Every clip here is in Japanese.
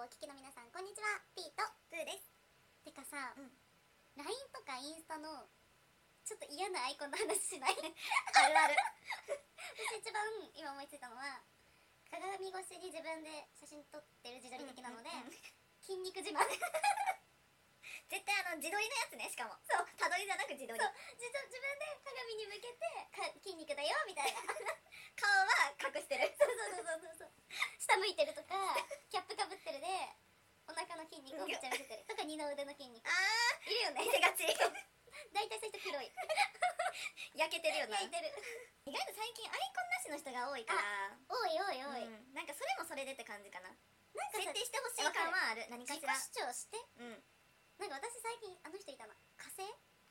をお聞きの皆さん、こんにちは。ピーとプーです。 てかさ、 うん LINE とかインスタのちょっと嫌なアイコンの話しない？ あるある。 私一番今思いついたのは、鏡越しに自分で写真撮ってる自撮り的なので、筋肉自慢。 絶対自撮りのやつね、しかも。そう、たどりじゃなく自撮り。 そう自分で鏡に向けて筋肉だよみたいな。 顔は隠してる。 そう下向いてるとか、キャップかぶってるでお腹の筋肉をめっちゃ見せてるとか、二の腕の筋肉いるよね。 見せがち。 大体そういう人黒い。 焼けてるよな。 焼いてる。 意外と最近アイコンなしの人が多いから。 多い。 なんかそれもそれでって感じかな。 なんか設定してほしい感はある。何か自己しら。 主張して。 うん。 なんか私最近あの人いたな、火星。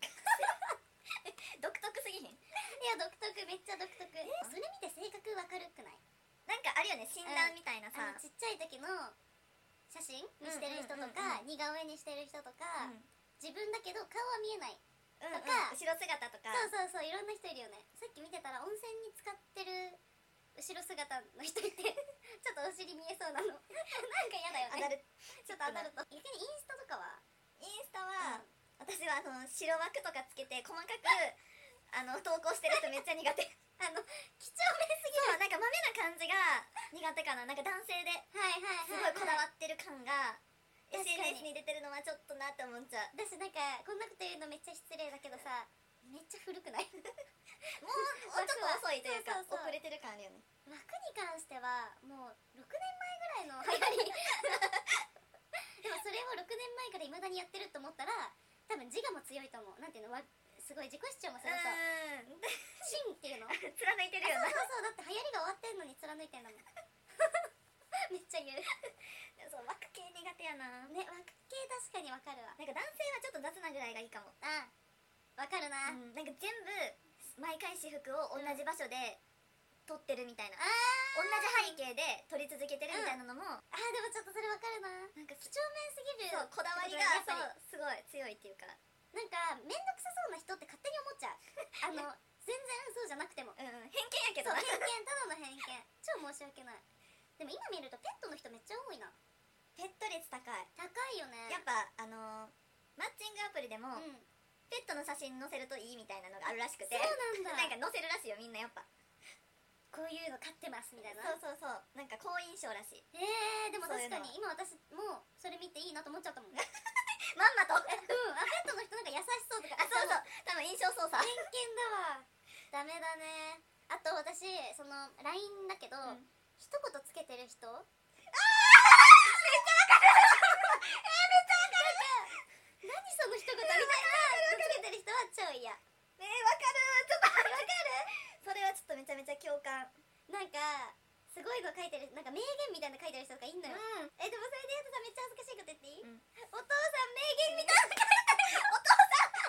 独特すぎひん。 いや独特、めっちゃ独特。それ見て性格わかるくない？ なんかあるよね、診断みたいなさ。 ちっちゃい時の写真にしてる人とか、似顔絵にしてる人とか、自分だけど顔は見えないとか、 後ろ姿とか。 そういろんな人いるよね。さっき見てたら温泉に使ってる後ろ姿の人いてちょっとお尻見えそうなの。なんか嫌だよね。 当たる。 ちょっと当たると。逆にインスタとかは？ インスタは、私は白枠とかつけて細かく投稿してる人めっちゃ苦手。 几帳面すぎる。 そう、なんか豆な感じが苦手かな。なんか男性ですごいこだわってる感が SNS に出てるのはちょっとなって思っちゃう。 私なんかこんなこと言うのめっちゃ失礼だけどさ、めっちゃ古くない？ もうちょっと遅いというか、遅れてる感あるよね。 枠に関してはもう6年前ぐらいの流行り。でもそれを6年前から未だにやってると思ったら、多分自我も強いと思う。なんていうの、すごい自己主張もすごそう。芯っていうの貫いてるよな。 そうだって流行りが終わってんのに貫いてんだもん。めっちゃ言う。 そう、枠系苦手やな。 ね、枠系確かにわかるわ。 なんか男性はちょっと雑なぐらいがいいかも。 わかるな。 なんか全部毎回私服を同じ場所で撮ってるみたいな。同じ背景で撮り続けてるみたいなのも。 でもちょっとそれわかるな。なんか几帳面すぎる。 そう、こだわりがすごい強いっていうか。 なんかめんどくさそうな人って勝手に思っちゃう。全然そうじゃなくても。 偏見やけどな。 偏見、ただの偏見。超申し訳ない。でも今見るとペットの人めっちゃ多いな。 ペット率高い。 高いよね。 やっぱマッチングアプリでも、ペットの写真載せるといいみたいなのがあるらしくて。 そうなんだ。 なんか載せるらしいよ、みんなやっぱ。 こういうの飼ってますみたいな。 そうなんか好印象らしい。 でも確かに今私もそれ見ていいなと思っちゃったもん。 まんまと。 ペットの人なんか優しそうとか。 そう多分印象操作。 偏見だわ。ダメだね。あと私その LINE だけど、一言つけてる人、めっちゃわかる。何その一言みたいなつけてる人は超嫌。 わかる。ちょっとわかる。それはちょっとめちゃめちゃ共感。 なんかすごいの書いてる、なんか名言みたいなの書いてる人とかいんのよ。でもそれで言うとさ、めっちゃ恥ずかしいこと言っていい？お父さん名言みたいなの書いてる。お父さん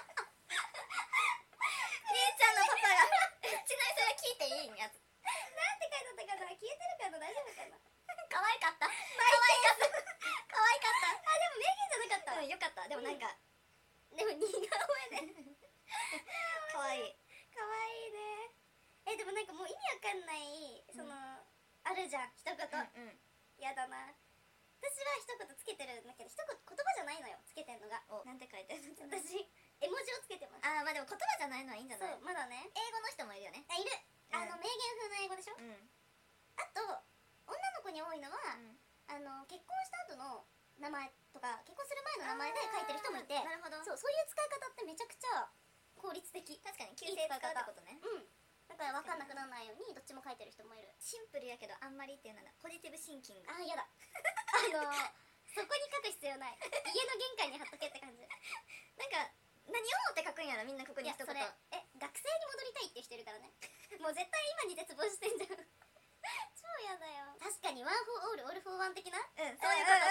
みーちゃんのパパがちなみにそれ聞いていいやつ。 なんて書いてあったかな。消えてるかな、大丈夫かな。 可愛かった。可愛かった。 でも名言じゃなかった。 よかった。でもなんか、 でも似顔絵で可愛い。 かわいいね。でもなんかもう意味わかんない、そのあるじゃん、一言。やだな。私は一言つけてるんだけど、言葉じゃないのよ、つけてんのが。 なんて書いてるの？ 私絵文字をつけてます。 まあでも言葉じゃないのはいいんじゃない？ そう、まだね。 英語の人もいるよね。 いる。名言風な英語でしょ。あと女の子に多いのは、結婚した後の名前とか、結婚する前の名前で書いてる人もいて。 なるほど。 そういう使い方ってめちゃくちゃ効率的。 確かに旧姓使うってことね。 だから分かんなくならないようにどっちも書いてる人もいる。 シンプルやけどあんまりっていうのはポジティブシンキング。 やだ。そこに書く必要ない。家の玄関に貼っとけって感じ。 なんか何を思って書くんやろ、みんなここに一言。 それ学生に戻りたいっていう人いるからね。もう絶対今に絶望してんじゃん。超やだよ。確かにワンフォーオール、オールフォーワン的な。 そういう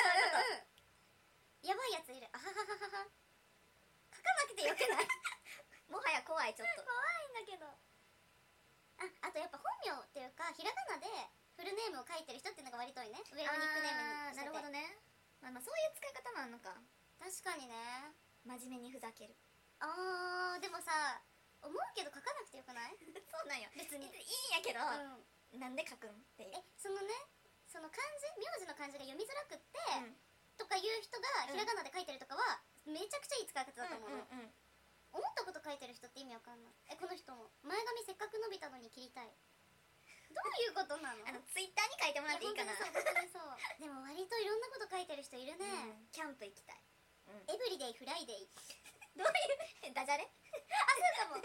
ことやばいやついる。あははははは。書かなくてよくない？ もはや怖い、ちょっと。 怖いんだけど。あとやっぱ本名っていうかひらがなでフルネームを書いてる人っていうのが割といいね。上をニックネームにしてて。 なるほどね。まあそういう使い方もあるのか。 確かにね。 真面目にふざける。 でもさ、思うけど書かなくてよくない？ そうなんよ。 別にいいんやけど、なんで書くんっていう。 そのね、 その漢字名字の漢字が読みづらくって、とかいう人がひらがなで書いてるとかはめちゃくちゃいい使い方だと思うの、思ったこと書いてる人って意味わかんない。この人も前髪せっかく伸びたのに切りたい、どういうことなの？ ツイッターに書いてもらっていいかな。 本当にそうでも割といろんなこと書いてる人いるね、 キャンプ行きたい、 エブリデイフライデイどういうダジャレ？ そうかも。エブ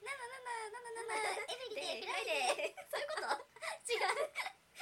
リデイフライデイそういうこと？ 違う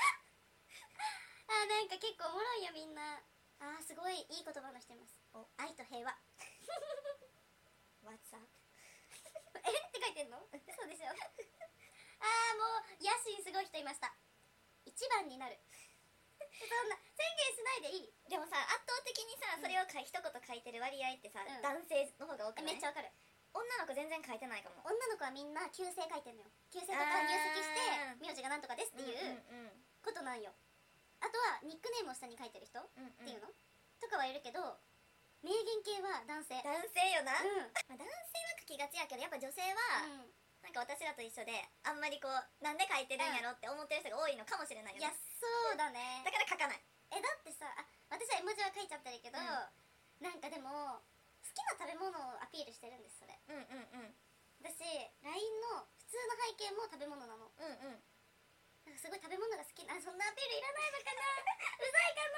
なんか結構おもろいよみんな。すごいいい言葉の人います。愛と平和 What's up？ って書いてんの？そうでしょもう野心すごい人いました。一番になるそんな宣言しないでいい。 でもさ、圧倒的にさ、それを一言書いてる割合ってさ、男性の方が多くない？ めっちゃわかる。 女の子全然書いてないかも。 女の子はみんな旧姓書いてんのよ。旧姓とか入籍して名字がなんとかですっていうことなんよ。あとはニックネームを下に書いてる人っていうのとかはいるけど、名言系は男性よな。男性は書きがちやけど、やっぱ女性はなんか私らと一緒であんまりこうなんで書いてるんやろって思ってる人が多いのかもしれないよね。 いやそうだね。 だから書かない。 だってさ、私は絵文字は書いちゃってるけど、なんかでも好きな食べ物をアピールしてるんです。それ私 LINE の普通の背景も食べ物なの。なんかすごい食べ物が好きな、そんなアピールいらないのかなうざいか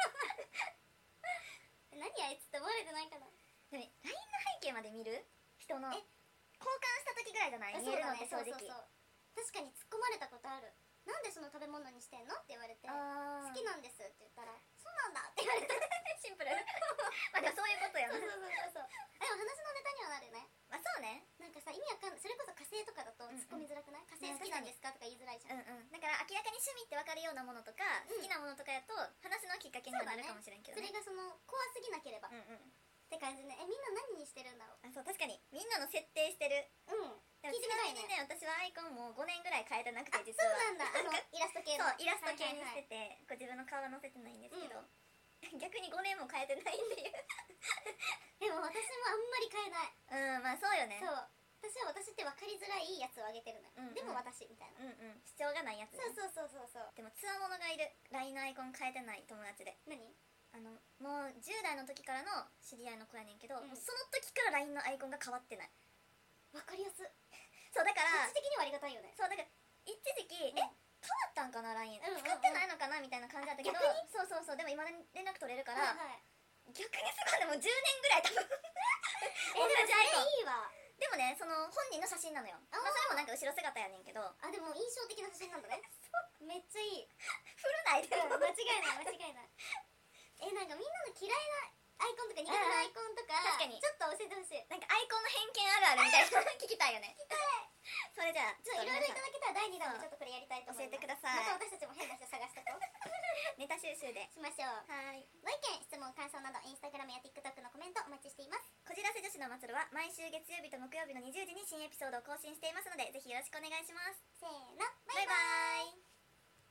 な何あいつって思われてないかな。 でも LINE の背景まで見る人の交換した時ぐらいじゃない？見えるのって正直。 確かに突っ込まれたことある。なんでその食べ物にしてんのって言われて、好きなんですって言ったら、そうなんだって言われてシンプルまあでもそういうことやな。 そうでも話のネタにはなるね。 まあそうね。 なんかさ、意味わかんない。それこそ火星とかだと突っ込みづらくない？火星好きなんですかとか言いづらいじゃん。 だから明らかに趣味って分かるようなものとか、好きなものとかやと話のきっかけにはなるかもしれんけどね。 それがその怖すぎなければって感じね。みんな何にしてるんだろう。 そう、確かにみんなの設定してる。 聞いてみたいね。 私はアイコンもう5年ぐらい変えてなくて、実そうは。 なんだ。イラスト系の。 そう、イラスト系にしてて、こう自分の顔は載せてないんですけど、逆に5年も変えてないっていうでも私もあんまり変えない。 まあそうよね。 そう、私は私って分かりづらいやつをあげてるのよ。でも私みたいな。 主張がないやつね。 そうでもつわものがいる。 LINE のアイコン変えてない友達で。 何？ もう10代の時からの知り合いの子やねんけど、その時から LINE のアイコンが変わってない。 分かりやす。 そうだからこっち的にはありがたいよね。 そうだから一時期、変わったんかな LINE、使ってないのかなみたいな感じだったけど、そうでも今連絡取れるから、逆にすごい。でも10年ぐらい多分同じアイコン。 いいわ。 でもね、その本人の写真なのよ。それもなんか後ろ姿やねんけど、 でも印象的な写真なんだねめっちゃいい。 古ないで間違いないなんかみんなの嫌いなアイコンとか苦手なアイコンとか、 確かにちょっと教えてほしい。 なんかアイコンの偏見あるあるみたいな聞きたいよね。聞きたい。それじゃあちょっといろいろいただけたら第2弾でちょっとこれやりたいと思います。 教えてください。 また私たちも変な人探しとこうネタ収集でしましょう。 はい。 ご意見、質問、感想などインスタグラムや TikTok のコメントお待ちしています。 こじらせ女子のまつるは毎週月曜日と木曜日の20時に新エピソードを更新していますので、ぜひよろしくお願いします。 せーの、 バイバイ。